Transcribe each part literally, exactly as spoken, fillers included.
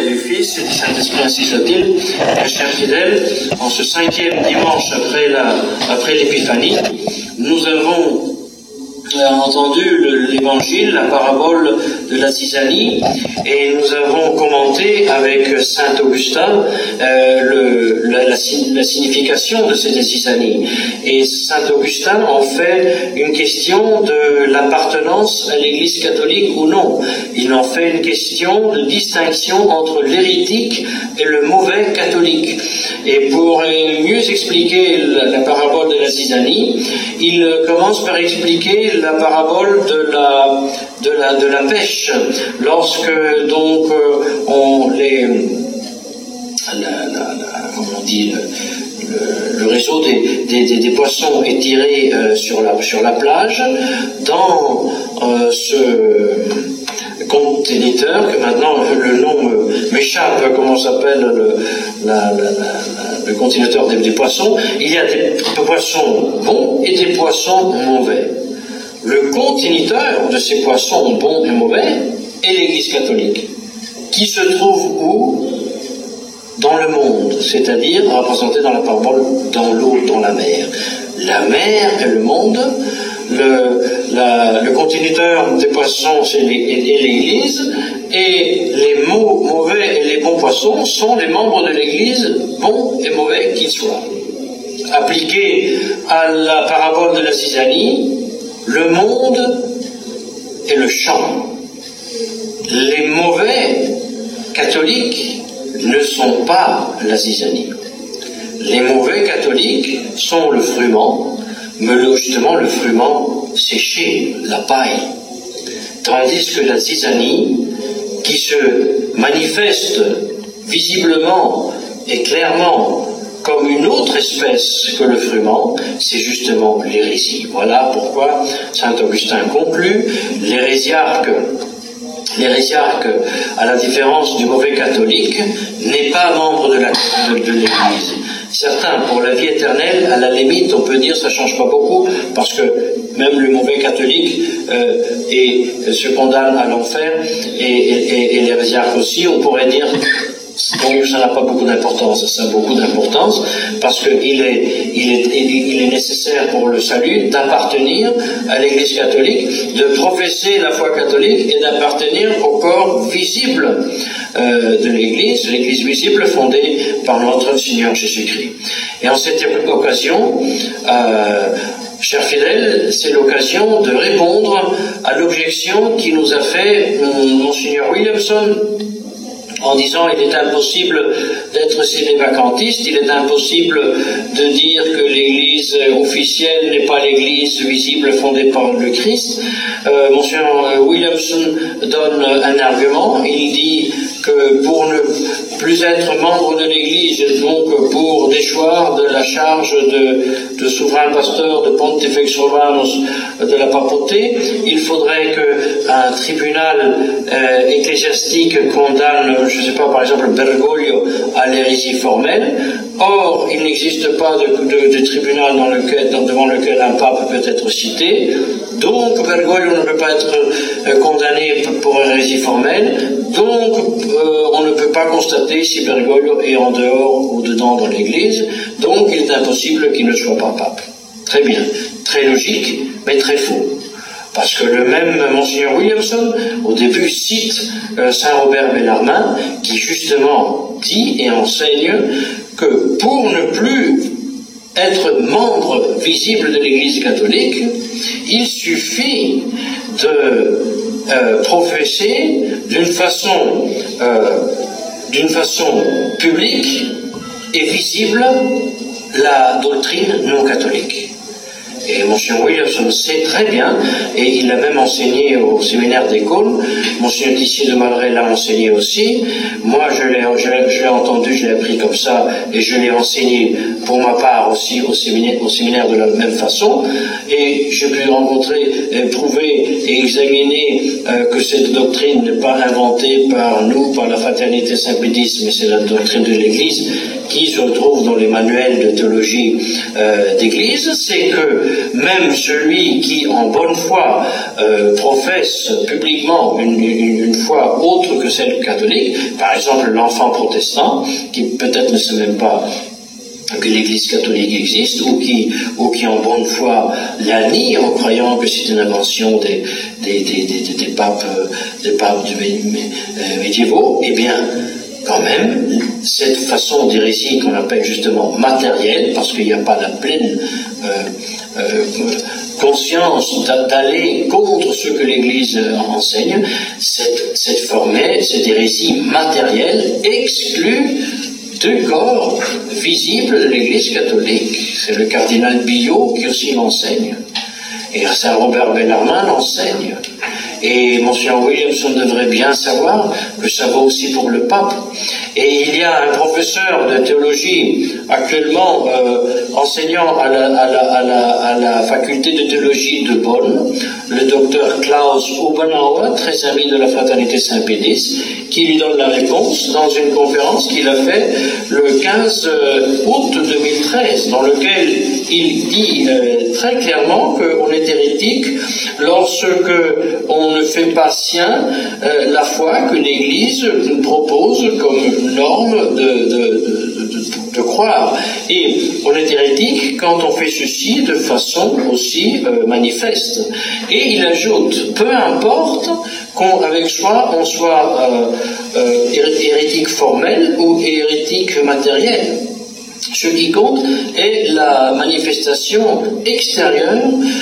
et du Fils et du Saint-Esprit, ainsi soit-il. Mes chers fidèles, en ce cinquième dimanche après la, après l'Épiphanie, nous avons euh, entendu l'Évangile, la parabole de la zizanie, et nous avons commenté avec Saint Augustin euh, le, la, la, la signification de cette zizanie. Et Saint Augustin en fait une question de l'appartenance à l'Église catholique ou non. Il en fait une question de distinction entre l'hérétique et le mauvais catholique. Et pour mieux expliquer la, la parabole de la zizanie, il commence par expliquer la parabole de la, de la, de la pêche. Lorsque donc on les, la, la, la, comment on dit, le, le, le réseau des, des, des poissons est tiré euh, sur, la, sur la plage, dans euh, ce conteneur, que maintenant le nom m'échappe, comment s'appelle le, la, la, la, le conteneur des, des poissons, il y a des poissons bons et des poissons mauvais. Le conteneur de ces poissons bons et mauvais est l'Église catholique, qui se trouve où? Dans le monde, c'est-à-dire représenté dans la parabole dans l'eau, dans la mer. La mer est le monde, le, la, le conteneur des poissons c'est l'Église, et les mots mauvais et les bons poissons sont les membres de l'Église, bons et mauvais qu'ils soient. Appliqué à la parabole de la zizanie, le monde est le champ. Les mauvais catholiques ne sont pas la zizanie. Les mauvais catholiques sont le frument, mais justement le frument séché, la paille. Tandis que la zizanie, qui se manifeste visiblement et clairement comme une autre espèce que le frument, c'est justement l'hérésie. Voilà pourquoi saint Augustin conclut, l'hérésiarque, l'hérésiarque, à la différence du mauvais catholique, n'est pas membre de, la, de, de l'Église. Certains, pour la vie éternelle, à la limite, on peut dire ça ne change pas beaucoup, parce que même le mauvais catholique euh, et, se condamne à l'enfer, et, et, et l'hérésiarque aussi, on pourrait dire... Donc ça n'a pas beaucoup d'importance, ça a beaucoup d'importance parce qu'il est, il est, il est nécessaire pour le salut d'appartenir à l'Église catholique, de professer la foi catholique et d'appartenir au corps visible euh, de l'Église, l'Église visible fondée par notre Seigneur Jésus-Christ. Et en cette occasion, euh, chers fidèles, c'est l'occasion de répondre à l'objection qui nous a fait Monseigneur Williamson, en disant il est impossible d'être sénévacantiste, il est impossible de dire que l'Église officielle n'est pas l'Église visible fondée par le Christ. Euh, Monseigneur Williamson donne un argument, il dit que pour ne plus être membre de l'Église, donc pour déchoir de la charge de, de souverain pasteur, de Pontifex Romanus, de la papauté, il faudrait qu'un tribunal euh, ecclésiastique condamne, je ne sais pas, par exemple Bergoglio à l'hérésie formelle. Or, il n'existe pas de, de, de tribunal dans lequel, dans, devant lequel un pape peut être cité. Donc, Bergoglio ne peut pas être euh, condamné pour hérésie formelle. Donc, euh, on ne peut pas constater si Bergoglio est en dehors ou dedans dans l'Église. Donc, il est impossible qu'il ne soit pas pape. Très bien. Très logique, mais très faux. Parce que le même Monseigneur Williamson, au début, cite euh, saint Robert Bellarmin, qui justement dit et enseigne que pour ne plus être membre visible de l'Église catholique, il suffit de euh, professer d'une façon, euh, d'une façon publique et visible la doctrine non catholique. Et Monseigneur Williamson sait très bien, et il l'a même enseigné au séminaire d'École. Monseigneur Tissier de Malray l'a enseigné aussi. Moi, je l'ai, je, je l'ai entendu, je l'ai appris comme ça, et je l'ai enseigné pour ma part aussi au séminaire, au séminaire de la même façon. Et j'ai pu rencontrer, prouver et examiner euh, que cette doctrine n'est pas inventée par nous, par la Fraternité Saint-Pédisme, mais c'est la doctrine de l'Église qui se retrouve dans les manuels de théologie euh, d'Église. C'est que même celui qui, en bonne foi, euh, professe publiquement une, une, une foi autre que celle catholique, par exemple l'enfant protestant, qui peut-être ne sait même pas que l'Église catholique existe, ou qui, ou qui en bonne foi la nie en croyant que c'est une invention des, des, des, des, des papes, des papes médiévaux, eh bien, quand même, cette façon d'hérésie qu'on appelle justement matérielle, parce qu'il n'y a pas la pleine euh, euh, conscience d'aller contre ce que l'Église enseigne, cette, cette formelle, cette hérésie matérielle exclut du corps visible de l'Église catholique. C'est le cardinal Billot qui aussi l'enseigne. Et Saint Robert Bellarmine l'enseigne. Et Monseigneur Williamson devrait bien savoir que ça vaut aussi pour le pape. Et il y a un professeur de théologie actuellement euh, enseignant à la, à, la, à, la, à la faculté de théologie de Bonn, le docteur Klaus Ubenauer, très ami de la fraternité Saint-Pédis, qui lui donne la réponse dans une conférence qu'il a faite le quinze août deux mille treize, dans lequel il dit euh, très clairement qu'on est hérétique lorsque on ne fait pas sien euh, la foi que l'Église nous propose comme norme de, de, de, de, de croire. Et on est hérétique quand on fait ceci de façon aussi euh, manifeste. Et il ajoute, peu importe qu'avec soi on soit euh, euh, hérétique formel ou hérétique matériel. Ce qui compte est la manifestation extérieure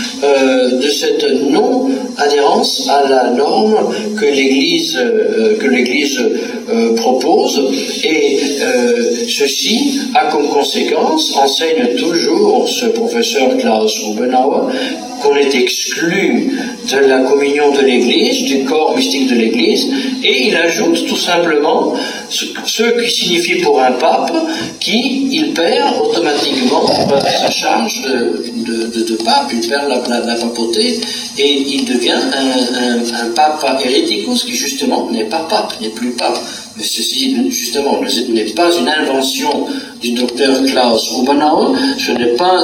euh, de cette non-adhérence à la norme que l'Église euh, que l'Église euh, propose, et euh, ceci a comme conséquence, enseigne toujours ce professeur Klaus Ubenauer, qu'on est exclu de la communion de l'Église, du corps mystique de l'Église, et il ajoute tout simplement ce, ce qui signifie pour un pape qu'il perd automatiquement euh, sa charge de, de, de, de pape, il perd la, la, la papauté, et il devient un, un, un papa héréticus qui justement n'est pas pape, n'est plus pape. Mais ceci, justement, n'est pas une invention du docteur Klaus Ubenauer, ce n'est pas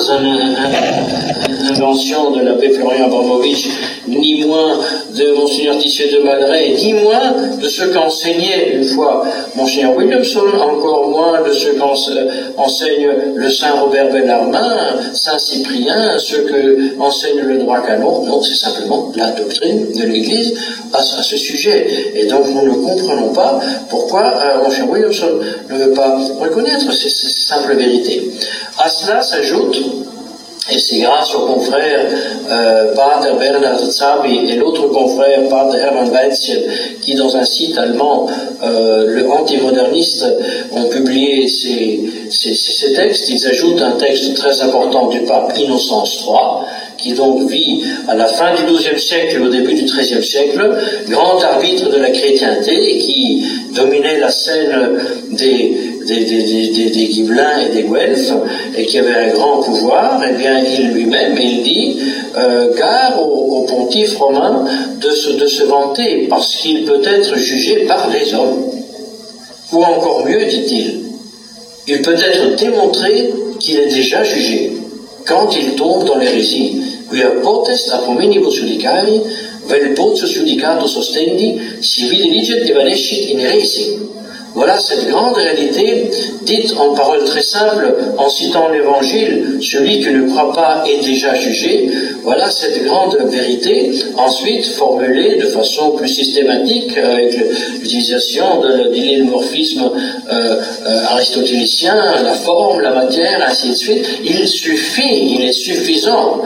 une invention de l'abbé Florian Abramovich, ni moins de Monseigneur Tissier de Madré, ni moins de ce qu'enseignait une fois Monseigneur Williamson, encore moins de ce qu'enseigne le Saint Robert Bellarmine, Saint Cyprien, ce que enseigne le droit canon. Non, c'est simplement la doctrine de l'Église à, à ce sujet. Et donc nous ne comprenons pas pourquoi euh, Monseigneur Williamson ne veut pas reconnaître ces, ces simples vérités. À cela s'ajoute, et c'est grâce au confrère euh, Pater Bernhard Zabi et l'autre confrère Pater Hermann Weitzel, qui dans un site allemand, euh, le antimoderniste, ont publié ces, ces, ces textes. Ils ajoutent un texte très important du pape Innocence trois, qui donc vit à la fin du douzième siècle et au début du treizième siècle, grand arbitre de la chrétienté, qui dominait la scène des, des, des, des, des Gibelins et des Guelfes, et qui avait un grand pouvoir. Eh bien, il lui-même, il dit, euh, gare au, au pontife romain de se, de se vanter, parce qu'il peut être jugé par les hommes. Ou encore mieux, dit-il, il peut être démontré qu'il est déjà jugé quand il tombe dans l'hérésie. Quia potest abominibus judicari, vel potius judicatus ostendi, si videligit evanescit in heresi. Voilà cette grande réalité, dite en paroles très simples, en citant l'Évangile, celui qui ne croit pas est déjà jugé. Voilà cette grande vérité, ensuite formulée de façon plus systématique, avec l'utilisation de, de l'hylomorphisme euh, euh, aristotélicien, la forme, la matière, ainsi de suite. Il suffit, il est suffisant,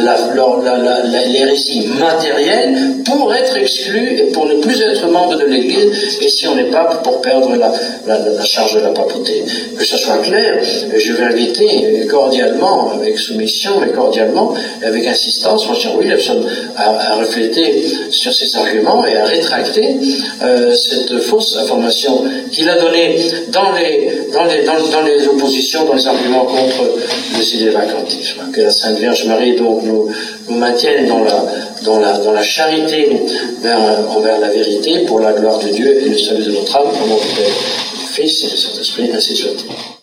l'hérésie matérielle pour être exclu et pour ne plus être membre de l'Église, et si on n'est pas pour perdre La, la, la charge de la papauté. Que ce soit clair, je vais inviter cordialement, avec soumission, mais cordialement, avec insistance, Monseigneur Williamson à, à refléter sur ces arguments et à rétracter euh, cette fausse information qu'il a donnée dans les, dans, les, dans, dans les oppositions, dans les arguments contre le sidévacantisme. Que la Sainte Vierge Marie donc nous, nous maintienne dans la, dans la, dans la charité vers, envers la vérité, pour la gloire de Dieu et le salut de notre âme, au nom du Père, du Fils et du Saint-Esprit, ainsi soit.